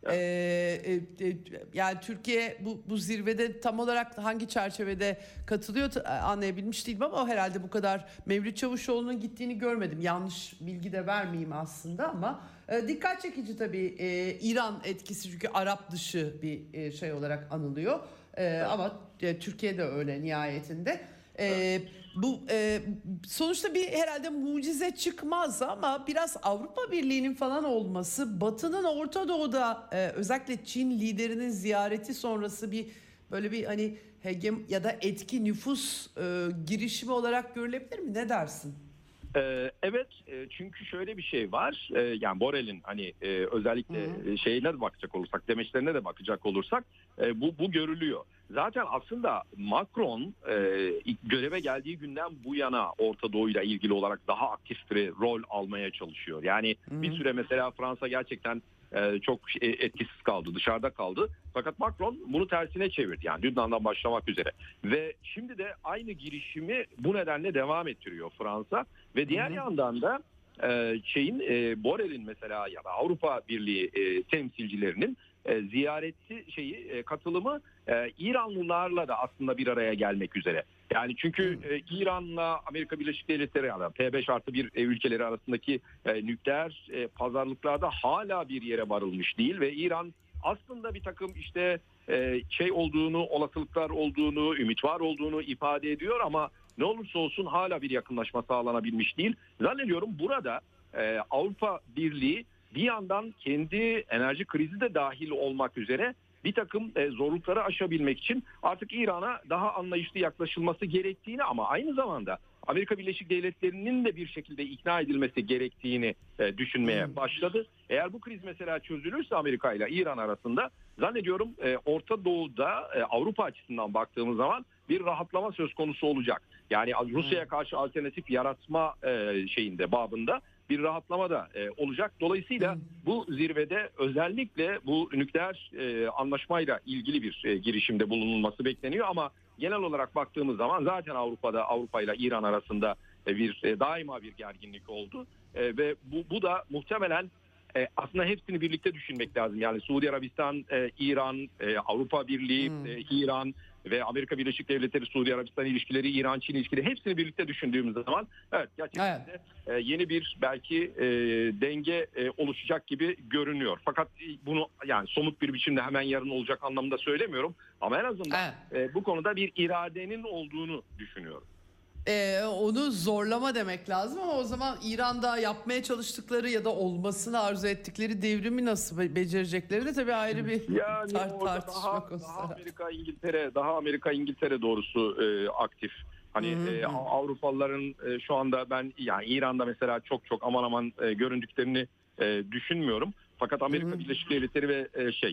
Evet. Yani Türkiye bu zirvede tam olarak hangi çerçevede katılıyor anlayabilmiş değilim ama herhalde bu kadar Mevlüt Çavuşoğlu'nun gittiğini görmedim. Yanlış bilgi de vermeyeyim aslında ama dikkat çekici tabii İran etkisi, çünkü Arap dışı bir şey olarak anılıyor. Ama Türkiye de öyle nihayetinde. Bu sonuçta bir herhalde mucize çıkmaz ama biraz Avrupa Birliği'nin falan olması, Batı'nın Orta Doğu'da özellikle Çin liderinin ziyareti sonrası böyle bir hani ya da etki nüfus girişimi olarak görülebilir mi? Ne dersin? Evet, çünkü şöyle bir şey var. Yani Borrell'in hani özellikle şeyine de bakacak olursak, demeçlerine de bakacak olursak bu görülüyor. Zaten aslında Macron göreve geldiği günden bu yana Orta Doğu'yla ilgili olarak daha aktif bir rol almaya çalışıyor. Yani bir süre mesela Fransa gerçekten çok etkisiz kaldı, dışarıda kaldı. Fakat Macron bunu tersine çevirdi. Yani Lübnan'dan başlamak üzere. Ve şimdi de aynı girişimi bu nedenle devam ettiriyor Fransa. Ve diğer yandan da Borrell'in mesela ya da Avrupa Birliği temsilcilerinin katılımı İranlılarla da aslında bir araya gelmek üzere. Yani çünkü İran'la Amerika Birleşik Devletleri yani P5+1 ülkeleri arasındaki nükleer pazarlıklarda hala bir yere varılmış değil ve İran aslında bir takım işte olasılıklar olduğunu, ümit var olduğunu ifade ediyor ama ne olursa olsun hala bir yakınlaşma sağlanabilmiş değil. Zannediyorum burada Avrupa Birliği bir yandan kendi enerji krizi de dahil olmak üzere bir takım zorlukları aşabilmek için artık İran'a daha anlayışlı yaklaşılması gerektiğini ama aynı zamanda Amerika Birleşik Devletleri'nin de bir şekilde ikna edilmesi gerektiğini düşünmeye başladı. Eğer bu kriz mesela çözülürse Amerika ile İran arasında zannediyorum Orta Doğu'da Avrupa açısından baktığımız zaman bir rahatlama söz konusu olacak. Yani Rusya'ya karşı alternatif yaratma babında bir rahatlama da olacak. Dolayısıyla bu zirvede özellikle bu nükleer anlaşmayla ilgili bir girişimde bulunulması bekleniyor ama genel olarak baktığımız zaman zaten Avrupa ile İran arasında daima bir gerginlik oldu ve bu da muhtemelen aslında hepsini birlikte düşünmek lazım. Yani Suudi Arabistan, İran, Avrupa Birliği, İran ve Amerika Birleşik Devletleri, Suudi Arabistan ilişkileri, İran-Çin ilişkileri hepsini birlikte düşündüğümüz zaman evet gerçekten de yeni bir belki denge oluşacak gibi görünüyor. Fakat bunu yani somut bir biçimde hemen yarın olacak anlamda söylemiyorum. Ama en azından bu konuda bir iradenin olduğunu düşünüyorum. Onu zorlama demek lazım ama o zaman İran'da yapmaya çalıştıkları ya da olmasını arzu ettikleri devrimi nasıl becerecekleri de tabii ayrı bir tartışma konusu. Daha Amerika İngiltere doğrusu aktif. Hani Avrupalıların şu anda ben yani İran'da mesela çok aman göründüklerini düşünmüyorum. Fakat Amerika Birleşik Devletleri ve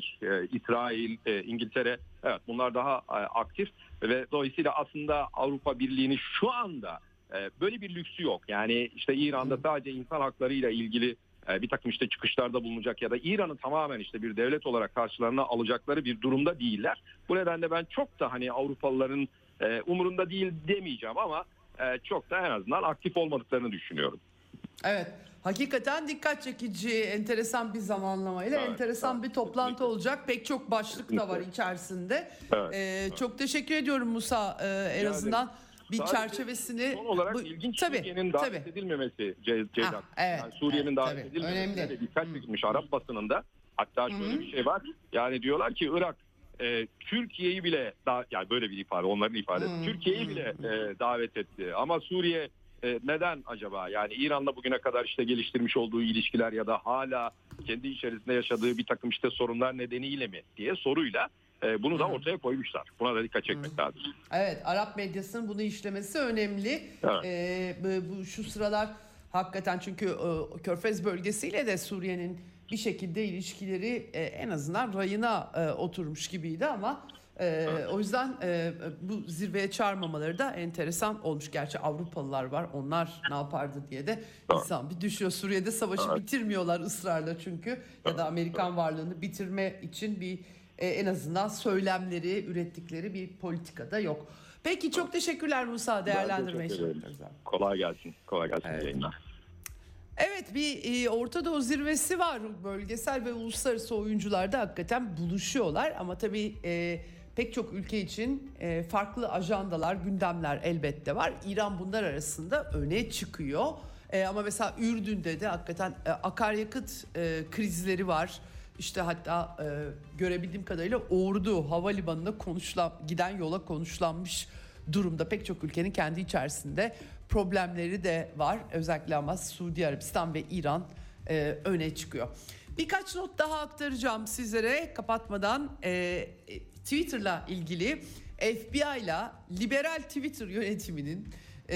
İsrail, İngiltere evet bunlar daha aktif ve dolayısıyla aslında Avrupa Birliği'nin şu anda böyle bir lüksü yok. Yani işte İran'da sadece insan haklarıyla ilgili bir takım işte çıkışlarda bulunacak ya da İran'ı tamamen işte bir devlet olarak karşılarına alacakları bir durumda değiller. Bu nedenle ben çok da hani Avrupalıların umurunda değil demeyeceğim ama çok da en azından aktif olmadıklarını düşünüyorum. Evet. Hakikaten dikkat çekici, enteresan bir zamanlamayla enteresan bir toplantı olacak. Pek çok başlık da var içerisinde. Evet. Çok teşekkür ediyorum Musa. En azından bir çerçevesini... Son olarak ilginç Suriye'nin davet edilmemesi Ceyda. Evet, yani Suriye'nin davet edilmemesine de dikkat çekilmiş Arap basınında. Hatta şöyle bir şey var. Yani diyorlar ki Irak Türkiye'yi bile yani böyle bir ifade onların ifadesi. Türkiye'yi bile davet etti. Ama Suriye neden acaba? Yani İran'la bugüne kadar işte geliştirmiş olduğu ilişkiler ya da hala kendi içerisinde yaşadığı bir takım işte sorunlar nedeniyle mi diye soruyla bunu da ortaya koymuşlar. Buna da dikkat çekmek lazım. Evet, Arap medyasının bunu işlemesi önemli. Evet. Bu şu sıralar hakikaten çünkü Körfez bölgesiyle de Suriye'nin bir şekilde ilişkileri en azından rayına oturmuş gibiydi ama o yüzden bu zirveye çağırmamaları da enteresan olmuş. Gerçi Avrupalılar var, onlar ne yapardı diye de insan bir düşüyor. Suriye'de savaşı bitirmiyorlar ısrarla çünkü ya da Amerikan varlığını bitirme için bir en azından söylemleri, ürettikleri bir politikada yok. Peki çok teşekkürler Musa, değerlendirme için. Kolay gelsin. Kolay gelsin yayınlar. Evet, bir Orta Doğu zirvesi var. Bölgesel ve uluslararası oyuncular da hakikaten buluşuyorlar ama tabii pek çok ülke için farklı ajandalar, gündemler elbette var. İran bunlar arasında öne çıkıyor. Ama mesela Ürdün'de de hakikaten akaryakıt krizleri var. İşte hatta görebildiğim kadarıyla Ordu Havalimanı'na giden yola konuşlanmış durumda. Pek çok ülkenin kendi içerisinde problemleri de var. Özellikle ama Suudi Arabistan ve İran öne çıkıyor. Birkaç not daha aktaracağım sizlere kapatmadan. Twitter'la ilgili FBI ile liberal Twitter yönetiminin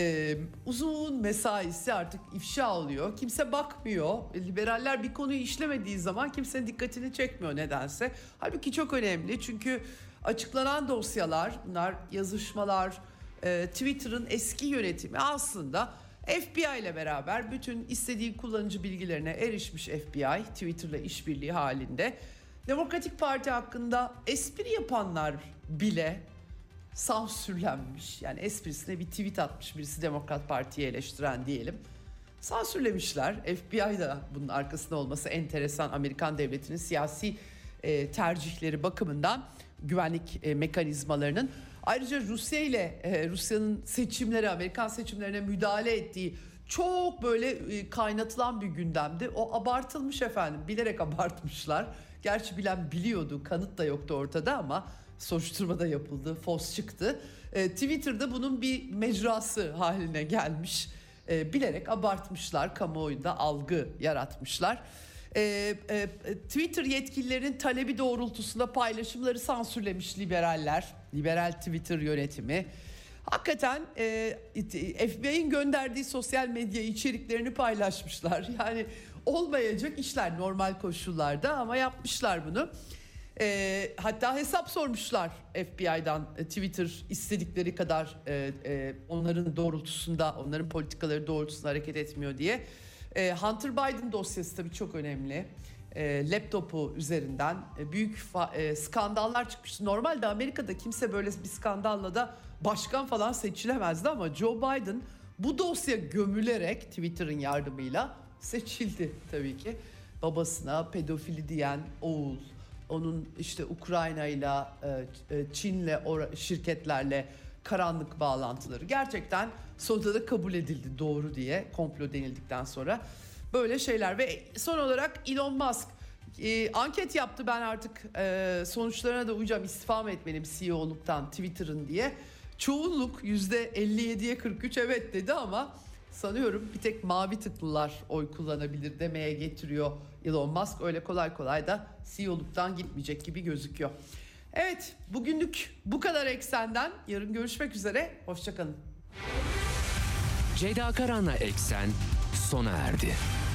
uzun mesaisi artık ifşa oluyor. Kimse bakmıyor. Liberaller bir konuyu işlemediği zaman kimsenin dikkatini çekmiyor nedense. Halbuki çok önemli çünkü açıklanan dosyalar, bunlar yazışmalar, Twitter'ın eski yönetimi aslında FBI ile beraber bütün istediği kullanıcı bilgilerine erişmiş FBI, Twitter'la işbirliği halinde. Demokratik Parti hakkında espri yapanlar bile sansürlenmiş. Yani esprisine bir tweet atmış birisi Demokrat Parti'yi eleştiren diyelim. Sansürlemişler. FBI da bunun arkasında olması enteresan. Amerikan devletinin siyasi tercihleri bakımından güvenlik mekanizmalarının. Ayrıca Rusya'nın seçimlere, Amerikan seçimlerine müdahale ettiği çok böyle kaynatılan bir gündemdi. O abartılmış efendim. Bilerek abartmışlar. Gerçi bilen biliyordu. Kanıt da yoktu ortada ama soruşturma da yapıldı. Fos çıktı. Twitter'da bunun bir mecrası haline gelmiş. Bilerek abartmışlar. Kamuoyunda algı yaratmışlar. Twitter yetkililerinin talebi doğrultusunda paylaşımları sansürlemiş liberaller. Liberal Twitter yönetimi. Hakikaten FBI'nin gönderdiği sosyal medya içeriklerini paylaşmışlar. Yani olmayacak işler normal koşullarda ama yapmışlar bunu. Hatta hesap sormuşlar FBI'dan Twitter istedikleri kadar onların doğrultusunda, onların politikaları doğrultusunda hareket etmiyor diye. Hunter Biden dosyası tabii çok önemli. Laptopu üzerinden büyük skandallar çıkmıştı. Normalde Amerika'da kimse böyle bir skandalla da başkan falan seçilemezdi ama Joe Biden bu dosya gömülerek Twitter'ın yardımıyla seçildi tabii ki. Babasına pedofili diyen oğul, onun işte Ukrayna'yla, Çin'le, şirketlerle karanlık bağlantıları gerçekten sonunda da kabul edildi doğru diye, komplo denildikten sonra böyle şeyler. Ve son olarak Elon Musk anket yaptı, ben artık sonuçlarına da uyacağım, istifa mı etmeliyim CEO'luktan Twitter'ın diye. Çoğunluk %57'ye 43 evet dedi ama sanıyorum bir tek mavi tıklılar oy kullanabilir demeye getiriyor Elon Musk. Öyle kolay kolay da CEO'luktan gitmeyecek gibi gözüküyor. Evet, bugünlük bu kadar Eksen'den. Yarın görüşmek üzere. Hoşça kalın. Ceyda Karan'la Eksen sona erdi.